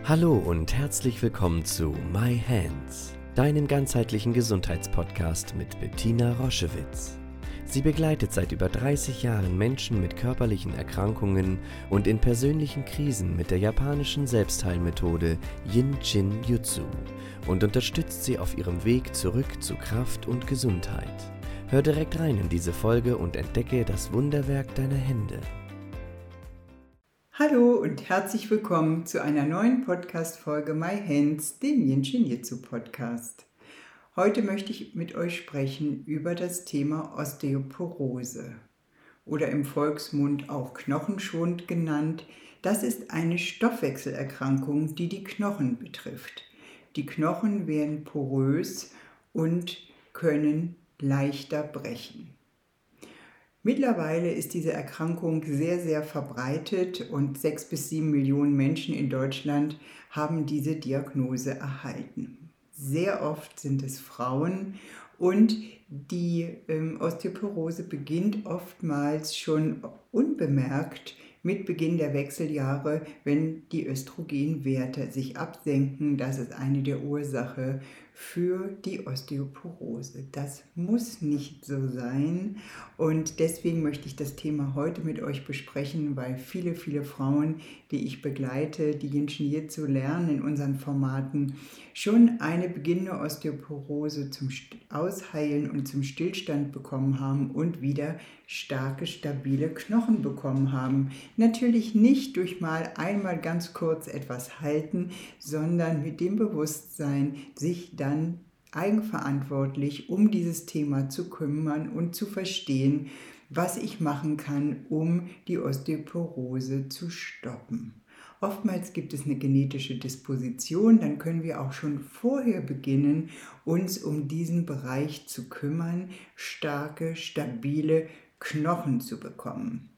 Hallo und herzlich willkommen zu My Hands, deinem ganzheitlichen Gesundheitspodcast mit Bettina Roschewitz. Sie begleitet seit über 30 Jahren Menschen mit körperlichen Erkrankungen und in persönlichen Krisen mit der japanischen Selbstheilmethode Yin-Shin Jutsu und unterstützt sie auf ihrem Weg zurück zu Kraft und Gesundheit. Hör direkt rein in diese Folge und entdecke das Wunderwerk deiner Hände. Hallo und herzlich willkommen zu einer neuen Podcast-Folge My Hands, dem Yin-Shin Jutsu Podcast. Heute möchte ich mit euch sprechen über das Thema Osteoporose oder im Volksmund auch Knochenschwund genannt. Das ist eine Stoffwechselerkrankung, die die Knochen betrifft. Die Knochen werden porös und können leichter brechen. Mittlerweile ist diese Erkrankung sehr, sehr verbreitet und 6 bis 7 Millionen Menschen in Deutschland haben diese Diagnose erhalten. Sehr oft sind es Frauen und die Osteoporose beginnt oftmals schon unbemerkt mit Beginn der Wechseljahre, wenn die Östrogenwerte sich absenken. Das ist eine der Ursachen für die Osteoporose. Das muss nicht so sein und deswegen möchte ich das Thema heute mit euch besprechen, weil viele Frauen, die ich begleite, die Yin-Shin Jutsu lernen in unseren Formaten, schon eine beginnende Osteoporose zum Ausheilen und zum Stillstand bekommen haben und wieder starke, stabile Knochen bekommen haben. Natürlich nicht durch mal einmal ganz kurz etwas halten, sondern mit dem Bewusstsein, sich dann eigenverantwortlich um dieses Thema zu kümmern und zu verstehen, was ich machen kann, um die Osteoporose zu stoppen. Oftmals gibt es eine genetische Disposition, dann können wir auch schon vorher beginnen, uns um diesen Bereich zu kümmern, starke, stabile Knochen zu bekommen.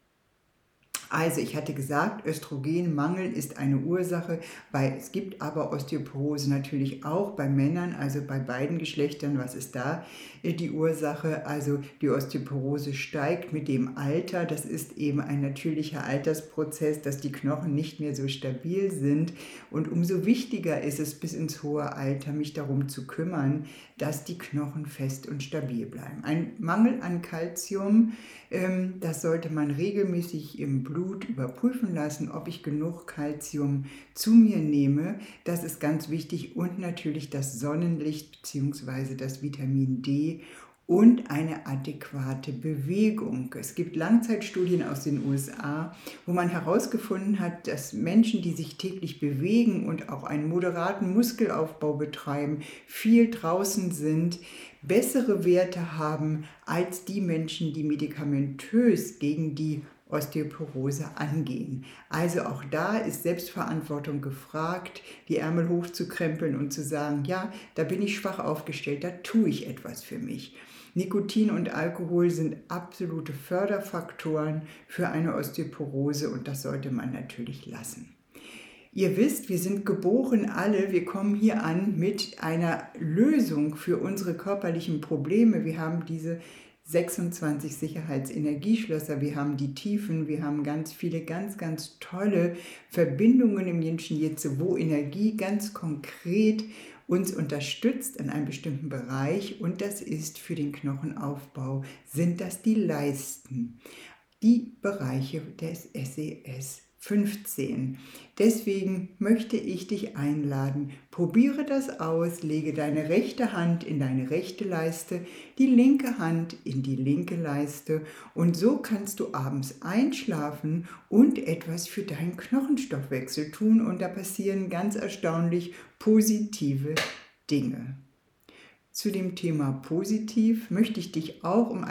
Also ich hatte gesagt, Östrogenmangel ist eine Ursache, weil es gibt aber Osteoporose natürlich auch bei Männern, also bei beiden Geschlechtern. Was ist da die Ursache? Also die Osteoporose steigt mit dem Alter. Das ist eben ein natürlicher Altersprozess, dass die Knochen nicht mehr so stabil sind. Und umso wichtiger ist es bis ins hohe Alter, mich darum zu kümmern, dass die Knochen fest und stabil bleiben. Ein Mangel an Calcium, das sollte man regelmäßig im Blut überprüfen lassen, ob ich genug Calcium zu mir nehme. Das ist ganz wichtig und natürlich das Sonnenlicht bzw. das Vitamin D und eine adäquate Bewegung. Es gibt Langzeitstudien aus den USA, wo man herausgefunden hat, dass Menschen, die sich täglich bewegen und auch einen moderaten Muskelaufbau betreiben, viel draußen sind, bessere Werte haben als die Menschen, die medikamentös gegen die Osteoporose angehen. Also auch da ist Selbstverantwortung gefragt, die Ärmel hochzukrempeln und zu sagen, ja, da bin ich schwach aufgestellt, da tue ich etwas für mich. Nikotin und Alkohol sind absolute Förderfaktoren für eine Osteoporose und das sollte man natürlich lassen. Ihr wisst, wir sind geboren alle, wir kommen hier an mit einer Lösung für unsere körperlichen Probleme. Wir haben diese 26 Sicherheitsenergieschlösser, wir haben die Tiefen, wir haben ganz viele, ganz tolle Verbindungen im Yin-Shin Jutsu, wo Energie ganz konkret uns unterstützt in einem bestimmten Bereich und das ist für den Knochenaufbau, sind das die Leisten, die Bereiche des SES 15. Deswegen möchte ich dich einladen, probiere das aus, lege deine rechte Hand in deine rechte Leiste, die linke Hand in die linke Leiste und so kannst du abends einschlafen und etwas für deinen Knochenstoffwechsel tun und da passieren ganz erstaunlich positive Dinge. Zu dem Thema positiv möchte ich dich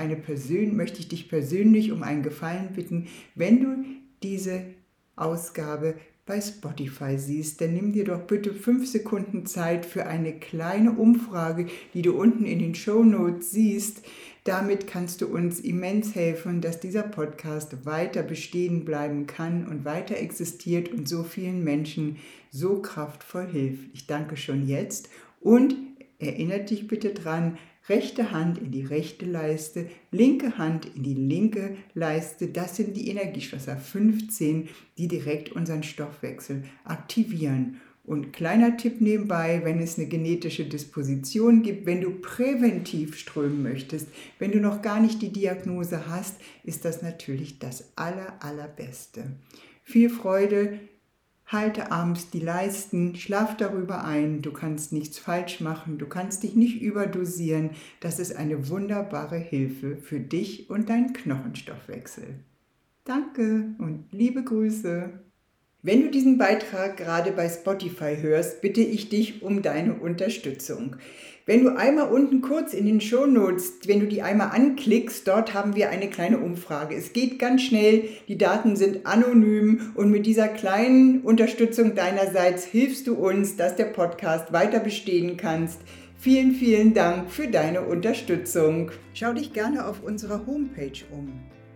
persönlich um einen Gefallen bitten, wenn du diese Ausgabe bei Spotify siehst, dann nimm dir doch bitte 5 Sekunden Zeit für eine kleine Umfrage, die du unten in den Shownotes siehst. Damit kannst du uns immens helfen, dass dieser Podcast weiter bestehen bleiben kann und weiter existiert und so vielen Menschen so kraftvoll hilft. Ich danke schon jetzt und erinnere dich bitte dran, rechte Hand in die rechte Leiste, linke Hand in die linke Leiste. Das sind die Energieschlösser 15, die direkt unseren Stoffwechsel aktivieren. Und kleiner Tipp nebenbei, wenn es eine genetische Disposition gibt, wenn du präventiv strömen möchtest, wenn du noch gar nicht die Diagnose hast, ist das natürlich das Allerbeste. Viel Freude, halte abends die Leisten, schlaf darüber ein, du kannst nichts falsch machen, du kannst dich nicht überdosieren. Das ist eine wunderbare Hilfe für dich und deinen Knochenstoffwechsel. Danke und liebe Grüße. Wenn du diesen Beitrag gerade bei Spotify hörst, bitte ich dich um deine Unterstützung. Wenn du einmal unten kurz in den Shownotes, wenn du die einmal anklickst, dort haben wir eine kleine Umfrage. Es geht ganz schnell, die Daten sind anonym und mit dieser kleinen Unterstützung deinerseits hilfst du uns, dass der Podcast weiter bestehen kann. Vielen, vielen Dank für deine Unterstützung. Schau dich gerne auf unserer Homepage um: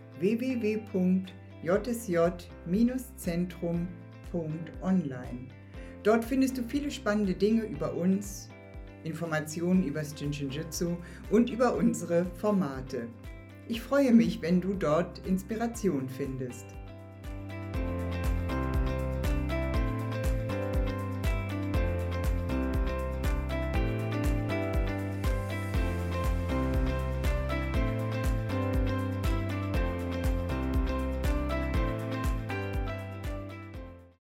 www.jsj-zentrum.online. Dort findest du viele spannende Dinge über uns, Informationen über das Jinshinjutsu und über unsere Formate. Ich freue mich, wenn du dort Inspiration findest.